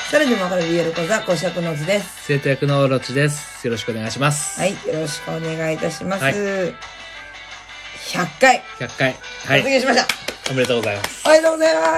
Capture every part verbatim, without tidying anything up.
それでもわかる ビーエル 講座講師役の図です。 生徒役のオロチです。よろしくお願いします。 はい、よろしくお願いいたします。 はい、 ひゃっかい。 ひゃっかい。はい。 卒業しました。 おめでとうございます。 おめでとうございます。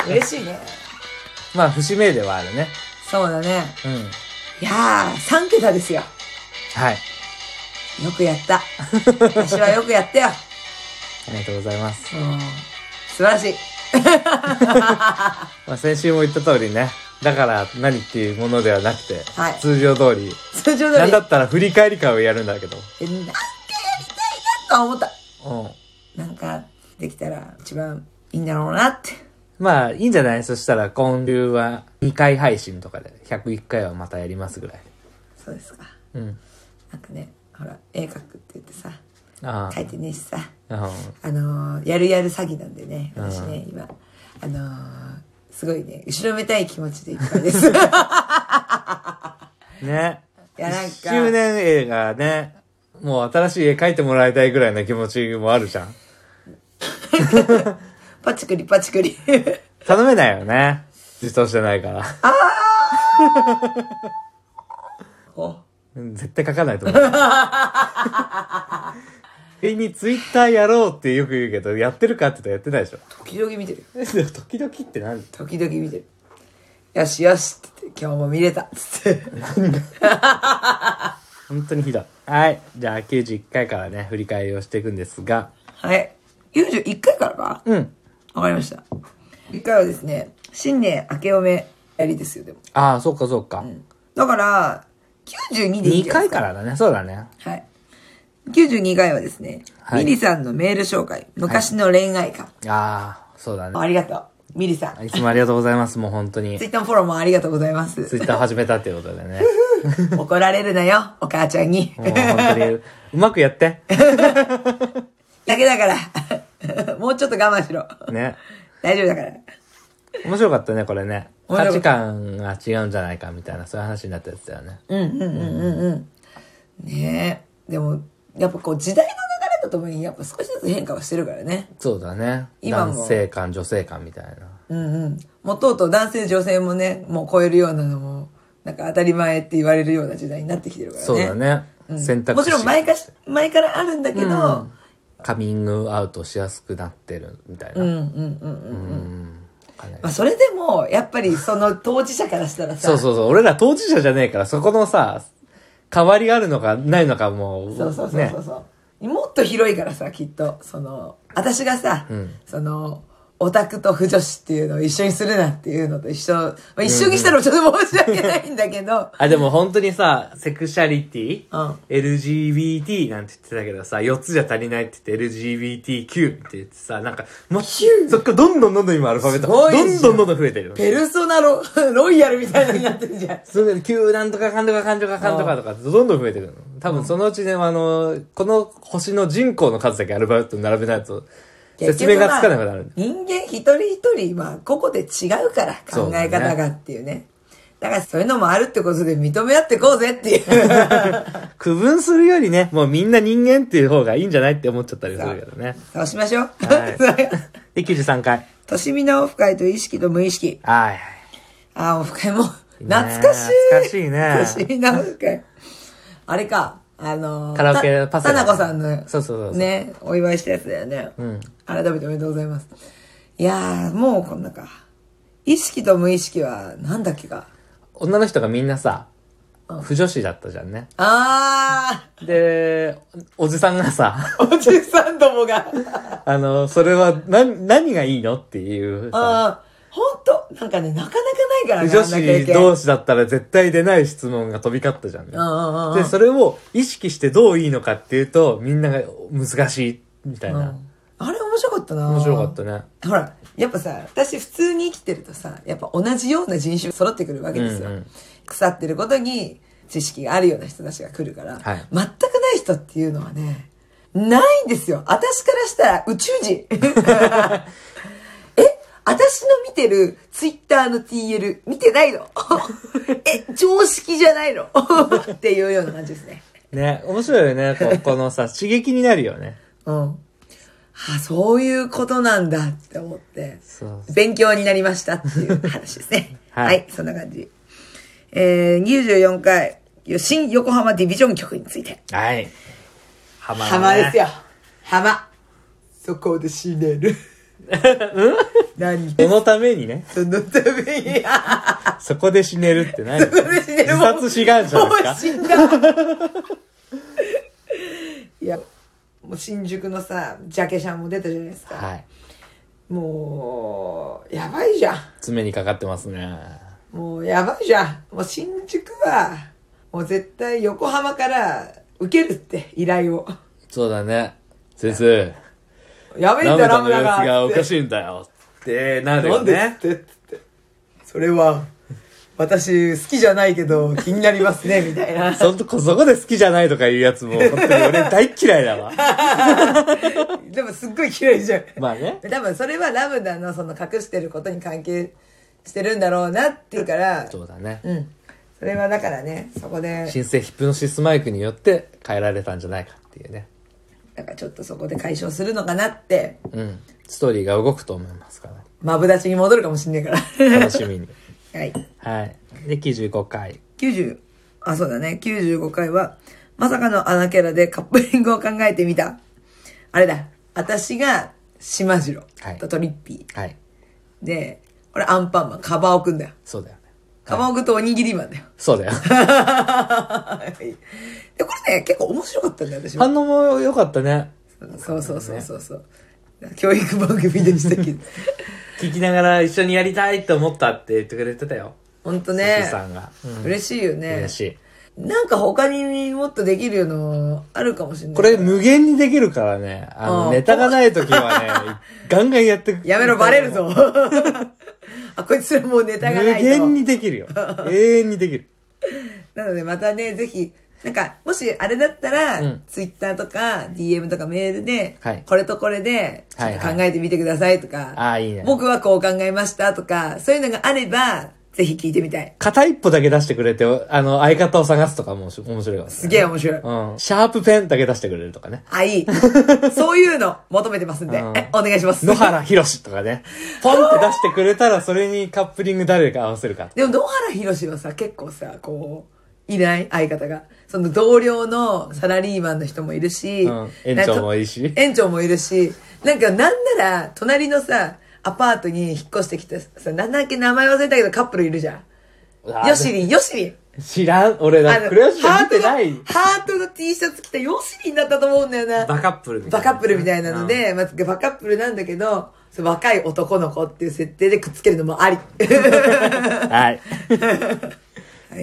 嬉しいね。 まあ、節目ではあるね。 そうだね。 うん。 いやー、さんけたですよ。 はい。 よくやった。私はよくやったよ。 ありがとうございます。 うん。素晴らしい。 まあ先週も言った通りね。だから何っていうものではなくて、 はい、 通常通り。 通常通り。 なんだったら振り返り会をやるんだけど。 え、なんかやりたいなと思った。 うん。 なんか、できたら一番いいんだろうなって。 まあ、いいんじゃない？そしたら今週はにかい配信とかでひゃくいっかいはまたやりますぐらい。 そうですか。 うん。 なんかね、ほら、絵描くって言ってさ、 ああ描いてねえしさ、 ああのー、やるやる詐欺なんでね、私ね、今、あのー、すごいね、後ろめたい気持ちでいっぱいです。 ね。 いや、なんか。いっしゅうねん映画ね、もう新しい絵描いてもらいたいぐらいの気持ちもあるじゃん。 パチクリパチクリ。 頼めないよね。自走してないから。 あーお絶対書かないと思う。えにツイッターやろうってよく言うけど、やってるかって言ったらやってないでしょ。 時々見てる。 時々って何？ 時々見てる。よしよしって言って、今日も見れた。つって。 本当にひどい。はい。じゃあきゅうじゅういっかいからね、振り返りをしていくんですが。 はい。きゅうじゅういっかいからか？ うん。 わかりました。いっかいはですね、新年明けおめやりですよ、でも。 ああ、そうかそうか。うん、 だから、きゅうじゅうにでいいんじゃないですか。 にかいからだね、そうだね。 はい。きゅうじゅうにかいはですね、はい、ミリさんのメール紹介、昔の恋愛観。はい、 ああ、そうだね。 ありがとう。ミリさん。 いつもありがとうございます、もう本当に。 ツイッターフォローもありがとうございます。 ツイッター始めたっていうことでね。 怒られるなよ、お母ちゃんに。 もう本当に、うまくやって。 だけだから。もうちょっと我慢しろ。ね。大丈夫だから。 面白かったね、これね。価値観が違うんじゃないかみたいな、そういう話になったやつだよね。 うんうんうんうんうん。ねえ。でも、やっぱこう時代の流れとともにやっぱ少しずつ変化はしてるからね。 そうだね。今も男性観、女性観みたいな。 うんうん。もうとうとう男性女性もね、もう超えるようなのも、なんか当たり前って言われるような時代になってきてるからね。 そうだね。うん、選択肢。 もちろん前かし、前からあるんだけど、うん、 カミングアウトしやすくなってるみたいな。 うんうんうんうん。うんまあそれでも、やっぱりその当事者からしたらさ。 そうそうそう。俺ら当事者じゃねえから、そこのさ、変わりがあるのかないのかもう。 そうそうそうそうそう、ね。もっと広いからさ、きっと。その、私がさ、うん、その、オタクと腐女子っていうのを一緒にするなっていうのと一緒、まあ、一緒にしたらちょっと申し訳ないんだけど。うんうん、 あ、でも本当にさ、セクシャリティ、 うん、 エルジービーティー なんて言ってたけどさ、よっつじゃ足りないって言って エルジービーティーキュー って言ってさ、なんか、もう、そっからどんどんどんどん今アルファベット、どんどんどんどん増えてる。 ペルソナロ、ロイヤルみたいなのになってるじゃん。 それで、Q なんとかかんとかかんとかかんとかとか、どんどん増えてるの。多分そのうちね、あの、この星の人口の数だけアルファベットに並べないと、説明がつかなくなる。 人間一人一人、まあ、個々で違うから、考え方がっていうね。だからそういうのもあるってことで認め合ってこうぜっていう。 区分するよりね、もうみんな人間っていう方がいいんじゃないって思っちゃったりするけどね。 そう、そうしましょう。 はい。で、きゅうじゅうさんかい。 としみのオフ会と意識と無意識。 はい。 ああ、オフ会も、懐かしい。 懐かしいね。 としみのオフ会。あれか。あのー、 カラオケパセラ。 たなこさんの、 そうそうそう。 ね、お祝いしたやつだよね。うん。改めておめでとうございます。いやー、もうこんなか。意識と無意識は、なんだっけか。 女の人がみんなさ、不女子だったじゃんね。 あー。で、おじさんがさ、 おじさんどもが、 あの、それは、な、何がいいのっていうさ。 あー。ほんと、なんかね、なかなかないからね。 女子同士だったら絶対出ない質問が飛び交ったじゃんね。で、それを意識してどういいのかっていうと、みんなが難しい、みたいな、うん。 あれ面白かったな。 面白かったね。 ほら、やっぱさ、私普通に生きてるとさ、やっぱ同じような人種揃ってくるわけですよ。うんうん、腐ってることに知識があるような人たちが来るから、はい、全くない人っていうのはね、ないんですよ。私からしたら宇宙人。私の見てるツイッターの ティーエル 見てないのえ、常識じゃないのっていうような感じですね。 ね、面白いよね。こ, このさ、刺激になるよね。 うん。 あ、そういうことなんだって思って、 そうそう勉強になりましたっていう話ですね。 はい、 はい、そんな感じ。えー、にじゅうよんかい、新横浜ディビジョン曲について。 はい。浜、ね、 浜ですよ。浜。そこで死ねる。 うん何そのためにね。 そのために。 そこで死ねるって何？ そこで死ねる。 自殺志願者ですか？ もう死んだ。いや、もう新宿のさ、ジャケシャンも出たじゃないですか。 はい。 もう、やばいじゃん。 爪にかかってますね。 もう、やばいじゃん。もう新宿は、もう絶対横浜から受けるって、依頼を。 そうだね。先生。 やめんだラムダのやつがおかい。 しいんだよ。ってなるよね。 なんでってって。それは、私好きじゃないけど気になりますね、みたいな。 そんとこ、そこで好きじゃないとかいうやつも、本当に俺大嫌いだわ。 でもすっごい嫌いじゃん。 まあね。 多分それはラムダのその隠してることに関係してるんだろうなっていうから。 そうだね。 うん。それはだからね、そこで。 新生ヒプノシスマイクによって変えられたんじゃないかっていうね。 だからちょっとそこで解消するのかなって。 うん。ストーリーが動くと思いますから。 マブダチに戻るかもしんねえから。 楽しみに。 はい。 はい。で、きゅうじゅうごかい。 きゅうじゅう、あ、そうだね。きゅうじゅうごかいは、まさかの穴キャラでカップリングを考えてみた。あれだ。私が、島次郎とトリッピー。 はい。 で、これアンパンマン、カバオくんだよ。 そうだよね。 カバオくんとおにぎりマンだよ。 そうだよ。 で、これね、結構面白かったんだよ、私は。 反応も良かったね。 そうそうそうそうそう。教育番組でしたけど。 聞きながら一緒にやりたいと思ったって言ってくれてたよ。 ほんとね。 すずさんが。 うん、嬉しいよね。 嬉しい。 なんか他にもっとできるのあるかもしれない。 これ無限にできるからね。あの、ネタがない時はね、ガンガンやってく。 やめろ、バレるぞ。あ、こいつらもうネタがないと。 無限にできるよ。永遠にできる。 なのでまたね、ぜひ、なんか、もしあれだったら、 うん、 ツイッターとか ディーエム とかメールで、 はい、 これとこれで、ちょっと考えてみてくださいとか、はいはい、 ああ、いいね。 僕はこう考えましたとか、そういうのがあれば、ぜひ聞いてみたい。 片一歩だけ出してくれて、あの、相方を探すとかも面白いわ、ね。 すげえ面白い。 うん。シャープペンだけ出してくれるとかね。 あ、いい。そういうの求めてますんで、うん、え、お願いします。 野原ひろしとかね。ポンって出してくれたら、それにカップリング誰か合わせるか。 でも野原ひろしはさ、結構さ、こう、いない相方が。その同僚のサラリーマンの人もいるし、 うん、園長もいるし。 園長もいるし、なんかなんなら、隣のさ、アパートに引っ越してきたさ、なんだっけ名前忘れたけどカップルいるじゃん。ヨシリン、ヨシリン。 知らん俺だ、クレヨンしか見てない。 ハートの T シャツ着たヨシリンだったと思うんだよな。 バカップルみたいな。バカップルみたいなので、うん、まあ、バカップルなんだけど、若い男の子っていう設定でくっつけるのもあり。 はい。 はい。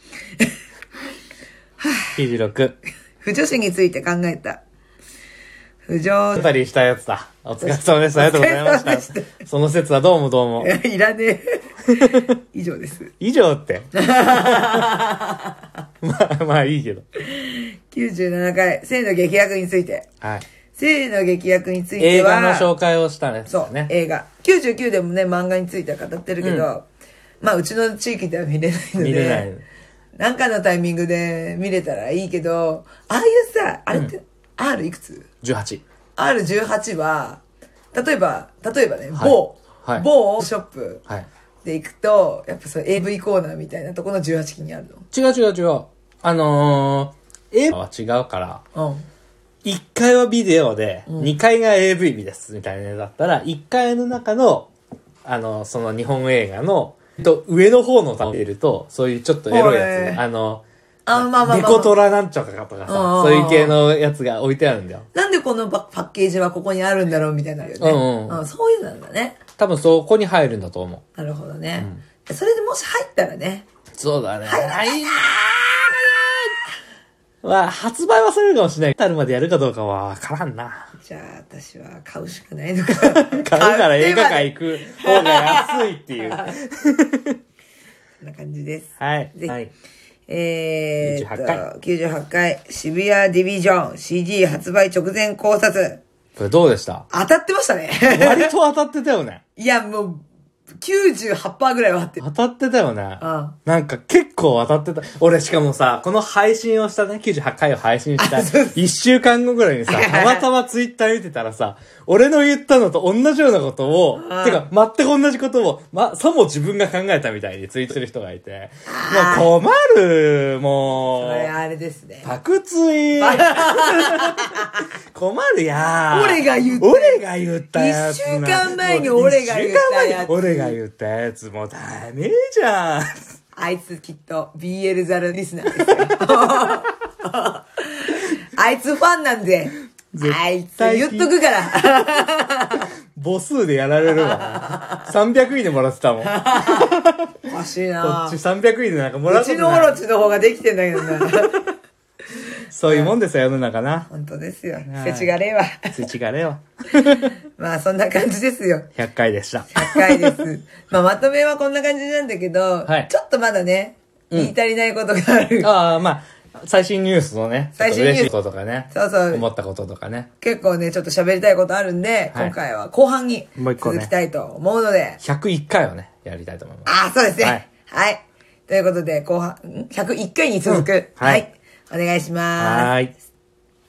きゅうじゅうろく。 不女子について考えた。不女。 語りしたやつだ。お疲れ様でした。ありがとうございました。その説はどうもどうも。 いや、いらねえ。以上です。 以上って。まあ、まあいいけど。 きゅうじゅうななかい、性の劇薬について。 はい。 性の劇薬については。 映画の紹介をしたんですね。 そう、映画。きゅうじゅうきゅうでもね、漫画については語ってるけど、うん、まあ、うちの地域では見れないので。 見れない。 なんかのタイミングで見れたらいいけど、ああいうさ、あれって、うん、アール いくつ ? じゅうはち。 アールじゅうはち は、例えば、例えばね、某、はい、某ショップで行くと、やっぱそう エーブイ コーナーみたいなところのじゅうはちきにあるの？ 違う違う違う。あのー、エーブイ は違うから、うん、いっかいはビデオで、うん、にかいが エーブイ ですみたいなのだったら、いっかいの中の、あの、その日本映画の、と上の方のタイルと、そういうちょっとエロいやつ、あの、 あ、まあまあまあ。 デコトラなんちゃかとかさ、そういう系のやつが置いてあるんだよ。 なんでこのパッケージはここにあるんだろうみたいなのよね。うんうん、うん。そういうのなんだね。 多分そこに入るんだと思う。 なるほどね。うん、それでもし入ったらね。 そうだね。 入らないなーまあ、発売はされるかもしれない。たるまでやるかどうかはわからんな。 じゃあ、私は買うしかないのか。 買うなら映画館行く方が安いっていう。 そんな感じです。 はい。 ぜひ。 はい、 えーっと、きゅうじゅうはちかい、渋谷ディビジョン シーディー 発売直前考察。 これどうでした？ 当たってましたね。 割と当たってたよね。 いや、もう、きゅうじゅうはちパーセント ぐらいは当たって当たってたよね。 うん。 なんか結構当たってた。俺しかもさ、この配信をしたね、きゅうじゅうはちかいを配信したいっしゅうかんごぐらいにさ、たまたまツイッター見てたらさ、俺の言ったのと同じようなことを、てか全く同じことを、ま、さも自分が考えたみたいにツイートしてる人がいて、もう困る、もう。 それあれですね。 パクツイ困るや俺が言った。 俺が言ったやつ。 一週間前に俺が言ったやつ。 俺が言ったやつ、もうダメじゃん。 あいつきっと ビーエル ザルリスナーですよ。あいつファンなんで、あいつ言っとくから。 母数でやられるわ。さんびゃくいいねもらってたもん。 おかしいなこっちさんびゃくいいねなんかもらってた。 うちのオロチの方ができてんだけどな。 そういうもんですよ、世の中な。 本当ですよ。せちがれえわ。 せちがれえわ。 まあそんな感じですよ。 ひゃっかいでした。 ひゃっかいです。まあまとめはこんな感じなんだけど、はい、ちょっとまだね、言い足りないことがある。 うん、ああ、まあ、最新ニュースのね、最新ニュース。嬉しいこととかね。そうそう。思ったこととかね。 結構ね、ちょっと喋りたいことあるんで、はい、今回は後半に続きたいと思うので。 ひゃくいっかいをね、やりたいと思います。 ああ、そうですね。はい。はい。ということで、後半、ひゃくいっかいに続く。はい。はい、お願いします。はい。